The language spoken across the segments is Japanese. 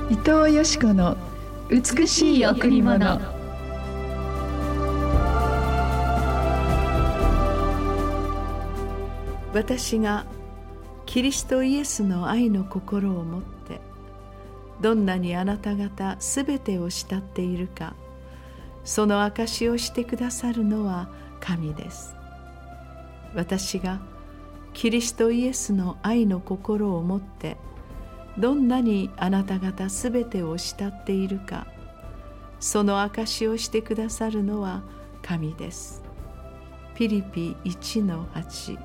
伊藤よし子の美しい贈り物。 私がキリストイエスの愛の心を持ってどんなにあなた方すべてを慕っているか、その証をしてくださるのは神です。私がキリストイエスの愛の心を持ってどんなにあなた方すべてを慕っているか、その証をしてくださるのは神です。ピリピ 1-8。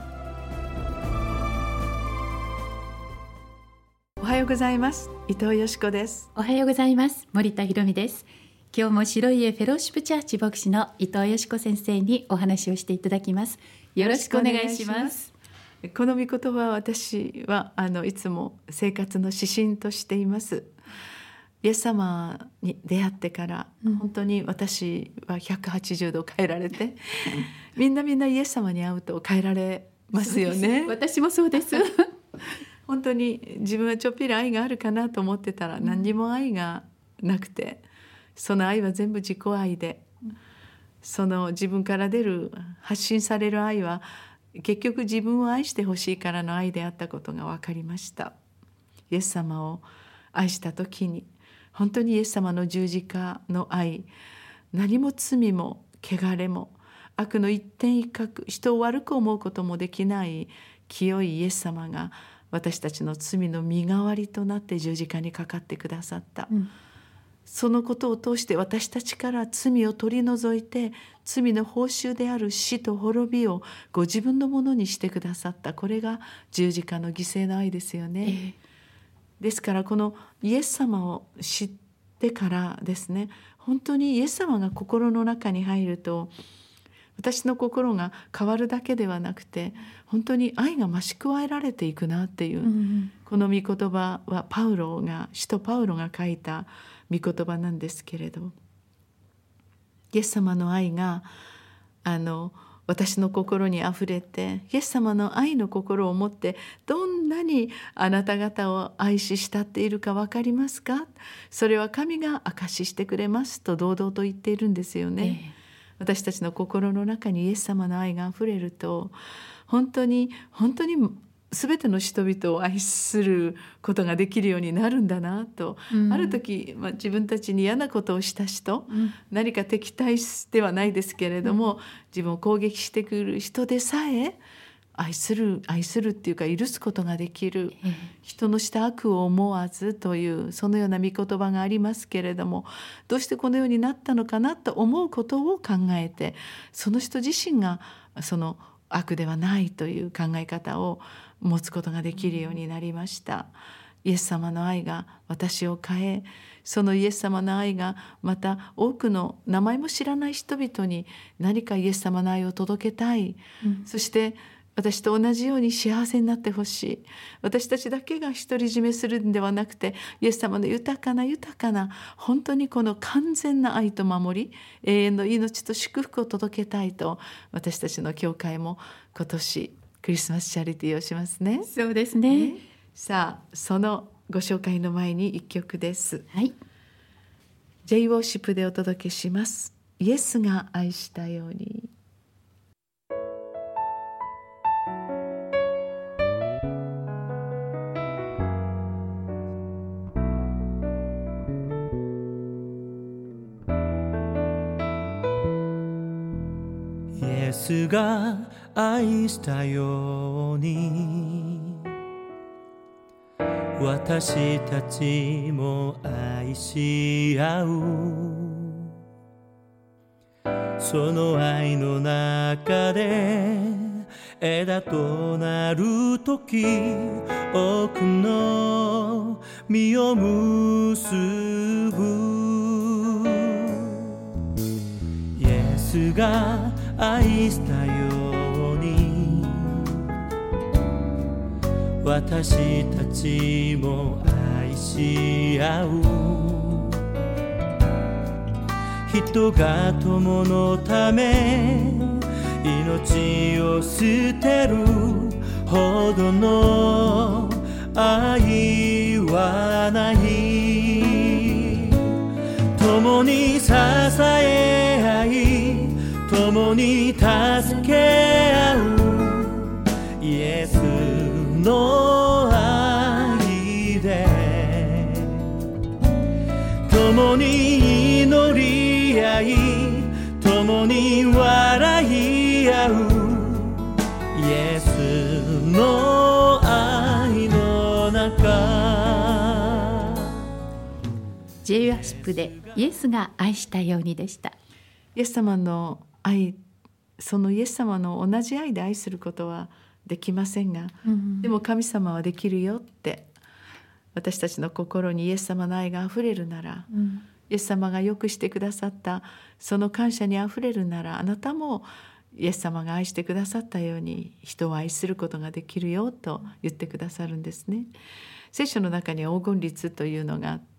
おはようございます。伊藤よし子です。 おはようございます。森田博美です。今日も白家フェローシップチャーチ牧師の伊藤よし子先生にお話をしていただきます。よろしくお願いします。 この御言葉は私はいつも生活の指針としています。イエス様に出会ってから、本当に私は180度変えられて、みんなイエス様に会うと変えられますよね。 私もそうです本当に自分はちょっぴり愛があるかなと思ってたら、何にも愛がなくて、その愛は全部自己愛で、その自分から出る発信される愛は結局自分を愛してほしいからの愛であったことが分かりました。イエス様を愛した時に、本当にイエス様の十字架の愛、何も罪も汚れも悪の一点一角、人を悪く思うこともできない清いイエス様が私たちの罪の身代わりとなって十字架にかかってくださった、そのことを通して私たちから罪を取り除いて、罪の報酬である死と滅びをご自分のものにしてくださった。これが十字架の犠牲の愛ですよね。ですからこのイエス様を知ってからですね、本当にイエス様が心の中に入ると、私の心が変わるだけではなくて、本当に愛が増し加えられていくなっていう、この御言葉は使徒パウロが書いた御言葉なんですけれど、イエス様の愛が私の心にあふれて、イエス様の愛の心を持ってどんなにあなた方を愛し慕っているか分かりますか。それは神が証ししてくれますと堂々と言っているんですよね。私たちの心の中にイエス様の愛があふれると、本当に全ての人々を愛することができるようになるんだなと、ある時、自分たちに嫌なことをした人、何か敵対ではないですけれども、自分を攻撃してくる人でさえ愛するっていうか許すことができる、人のした悪を思わずという、そのような御言葉がありますけれども、どうしてこのようになったのかなと思うことを考えて、その人自身がその悪ではないという考え方を持つことができるようになりました。イエス様の愛が私を変え、そのイエス様の愛がまた多くの名前も知らない人々に何かイエス様の愛を届けたい、そして私と同じように幸せになってほしい。私たちだけが独り占めするんではなくて、イエス様の豊かな本当にこの完全な愛と守り、永遠の命と祝福を届けたいと、私たちの教会も今年クリスマスチャリティーをしますね。 そうですね。 さあ、そのご紹介の前に一曲です。 J ウォーシップでお届けします。イエスが愛したように。 イエスが愛したように、私たちも愛し合う。その愛の中で枝となるとき、多くの実を結ぶ。イエスが愛したように、私たちも愛し合う。人が友のため命を捨てるほどの愛はない。 共に祈り合い共に笑い合うイエスの愛の中。 J-WASP でイエスが愛したようにでした。 イエス様の愛、そのイエス様の同じ愛で愛することはできませんが、でも神様はできるよって、私たちの心にイエス様の愛があふれるなら、イエス様がよくしてくださったその感謝にあふれるなら、あなたもイエス様が愛してくださったように人を愛することができるよと言ってくださるんですね。聖書の中には黄金律というのがあって、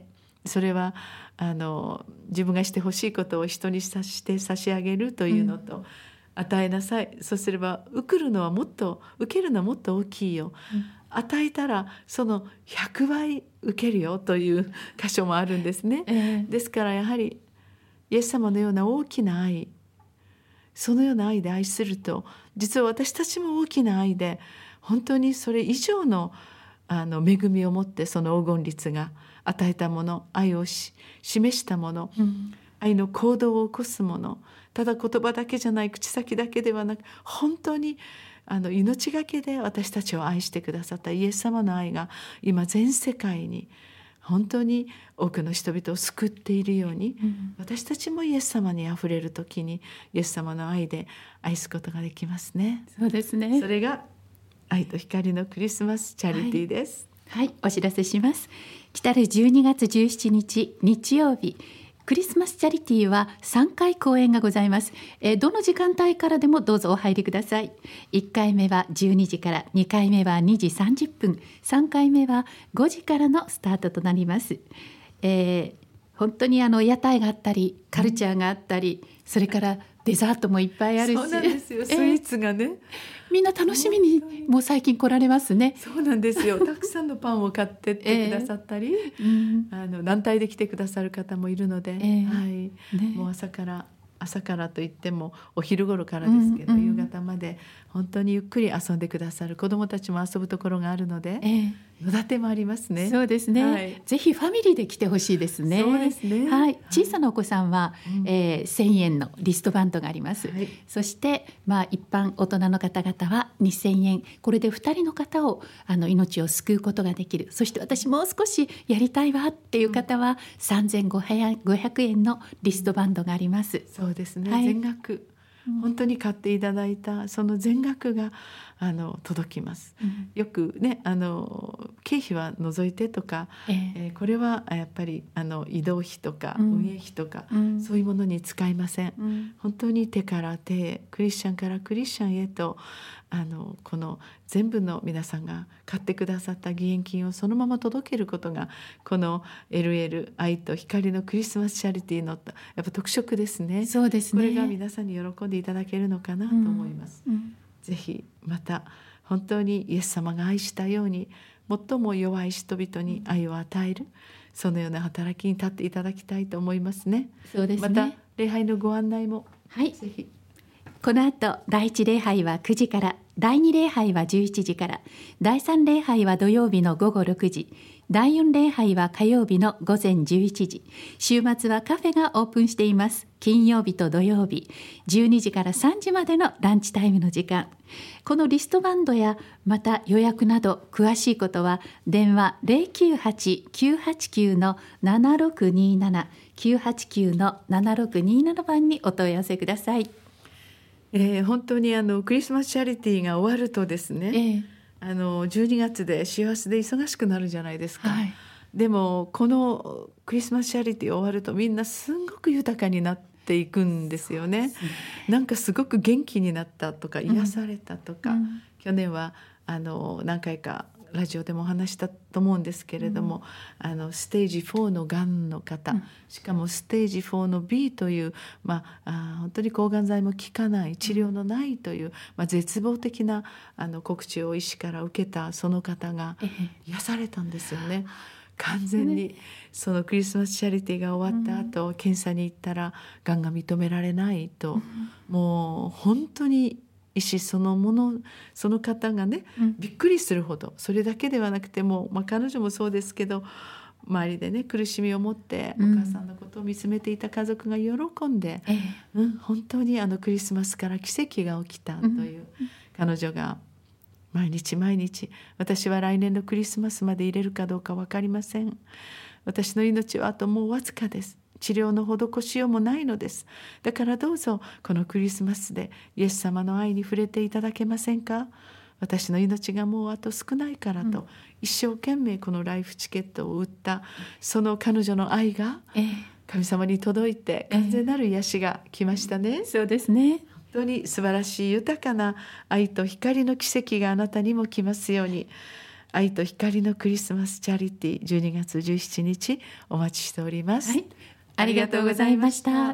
それは自分がしてほしいことを人にして差し上げるというのと、与えなさい、そうすれば受けるのはもっと大きいよ、与えたらその100倍受けるよという箇所もあるんですね。ですからやはりイエス様のような大きな愛、そのような愛で愛すると、実は私たちも大きな愛で本当にそれ以上の恵みを持って、その黄金律が与えたもの、愛を示したもの、愛の行動を起こすもの、ただ言葉だけじゃない、口先だけではなく、本当に命がけで私たちを愛してくださったイエス様の愛が今全世界に本当に多くの人々を救っているように、私たちもイエス様にあふれる時にイエス様の愛で愛すことができますね。 そうですね。 それが愛と光のクリスマスチャリティーです。 はい、お知らせします。来る12月17日日曜日、クリスマスチャリティーは3回公演がございます。どの時間帯からでもどうぞお入りください。1回目は12時から、2回目は2時30分、3回目は5時からのスタートとなります。本当に屋台があったり、カルチャーがあったり、それからデザートもいっぱいあるし、 そうなんですよ、スイーツがね、 みんな楽しみにもう最近来られますね。 そうなんですよ。たくさんのパンを買ってってくださったり、団体で来てくださる方もいるので、もう朝からといってもお昼頃からですけど、夕方まで本当にゆっくり遊んでくださる子どもたちも遊ぶところがあるので、野立てもありますね。 そうですね、ぜひファミリーで来てほしいですね。 そうですね、 小さなお子さんは、1000円のリストバンドがあります。そして、一般大人の方々は2000円、これで2人の方を命を救うことができる。そして私もう少しやりたいわっていう方は、3500円のリストバンドがあります。 そうですね、全額本当に買っていただいたその全額が届きます。よくね、経費は除いてとか、これはやっぱり移動費とか運営費とか、そういうものに使いません。本当に手から手へ、クリスチャンからクリスチャンへとこの全部の皆さんが買ってくださった義援金をそのまま届けることが、この LL 愛と光のクリスマスチャリティーのやっぱ特色ですね。 そうですね。 これが皆さんに喜んでいただけるのかなと思います。ぜひまた本当にイエス様が愛したように、最も弱い人々に愛を与える、そのような働きに立っていただきたいと思いますね。 そうですね。 また礼拝のご案内も、ぜひ。 この後第1礼拝は9時から、第2礼拝は11時から、第3礼拝は土曜日の午後6時、第4礼拝は火曜日の午前11時、週末はカフェがオープンしています。金曜日と土曜日、12時から3時までのランチタイムの時間。このリストバンドやまた予約など詳しいことは電話 098-989-7627 989-7627 番にお問い合わせください。 本当にクリスマスチャリティーが終わるとですね、12月で師走で忙しくなるじゃないですか。でもこのクリスマスチャリティー終わるとみんなすごく豊かになっていくんですよね。なんかすごく元気になったとか、癒されたとか、去年は何回かラジオでもお話したと思うんですけれども、ステージ4のがんの方、しかもステージ4の B という、本当に抗がん剤も効かない、治療のないという、絶望的な告知を医師から受けたその方が癒されたんですよね。完全にそのクリスマスチャリティーが終わった後、検査に行ったらがんが認められないと、もう本当に医師その方がね、びっくりするほど、それだけではなくても、彼女もそうですけど、 周りでね苦しみを持ってお母さんのことを見つめていた家族が喜んで、本当にクリスマスから奇跡が起きたという、彼女が毎日毎日、私は来年のクリスマスまで入れるかどうか分かりません。私の命はあともうわずかです。治療の施しようもないのです。だからどうぞこのクリスマスでイエス様の愛に触れていただけませんか。私の命がもうあと少ないからと、一生懸命このライフチケットを売ったその彼女の愛が神様に届いて完全なる癒しが来ましたね。 そうですね。 本当に素晴らしい豊かな愛と光の奇跡があなたにも来ますように。愛と光のクリスマスチャリティー12月17日お待ちしております。 ありがとうございました。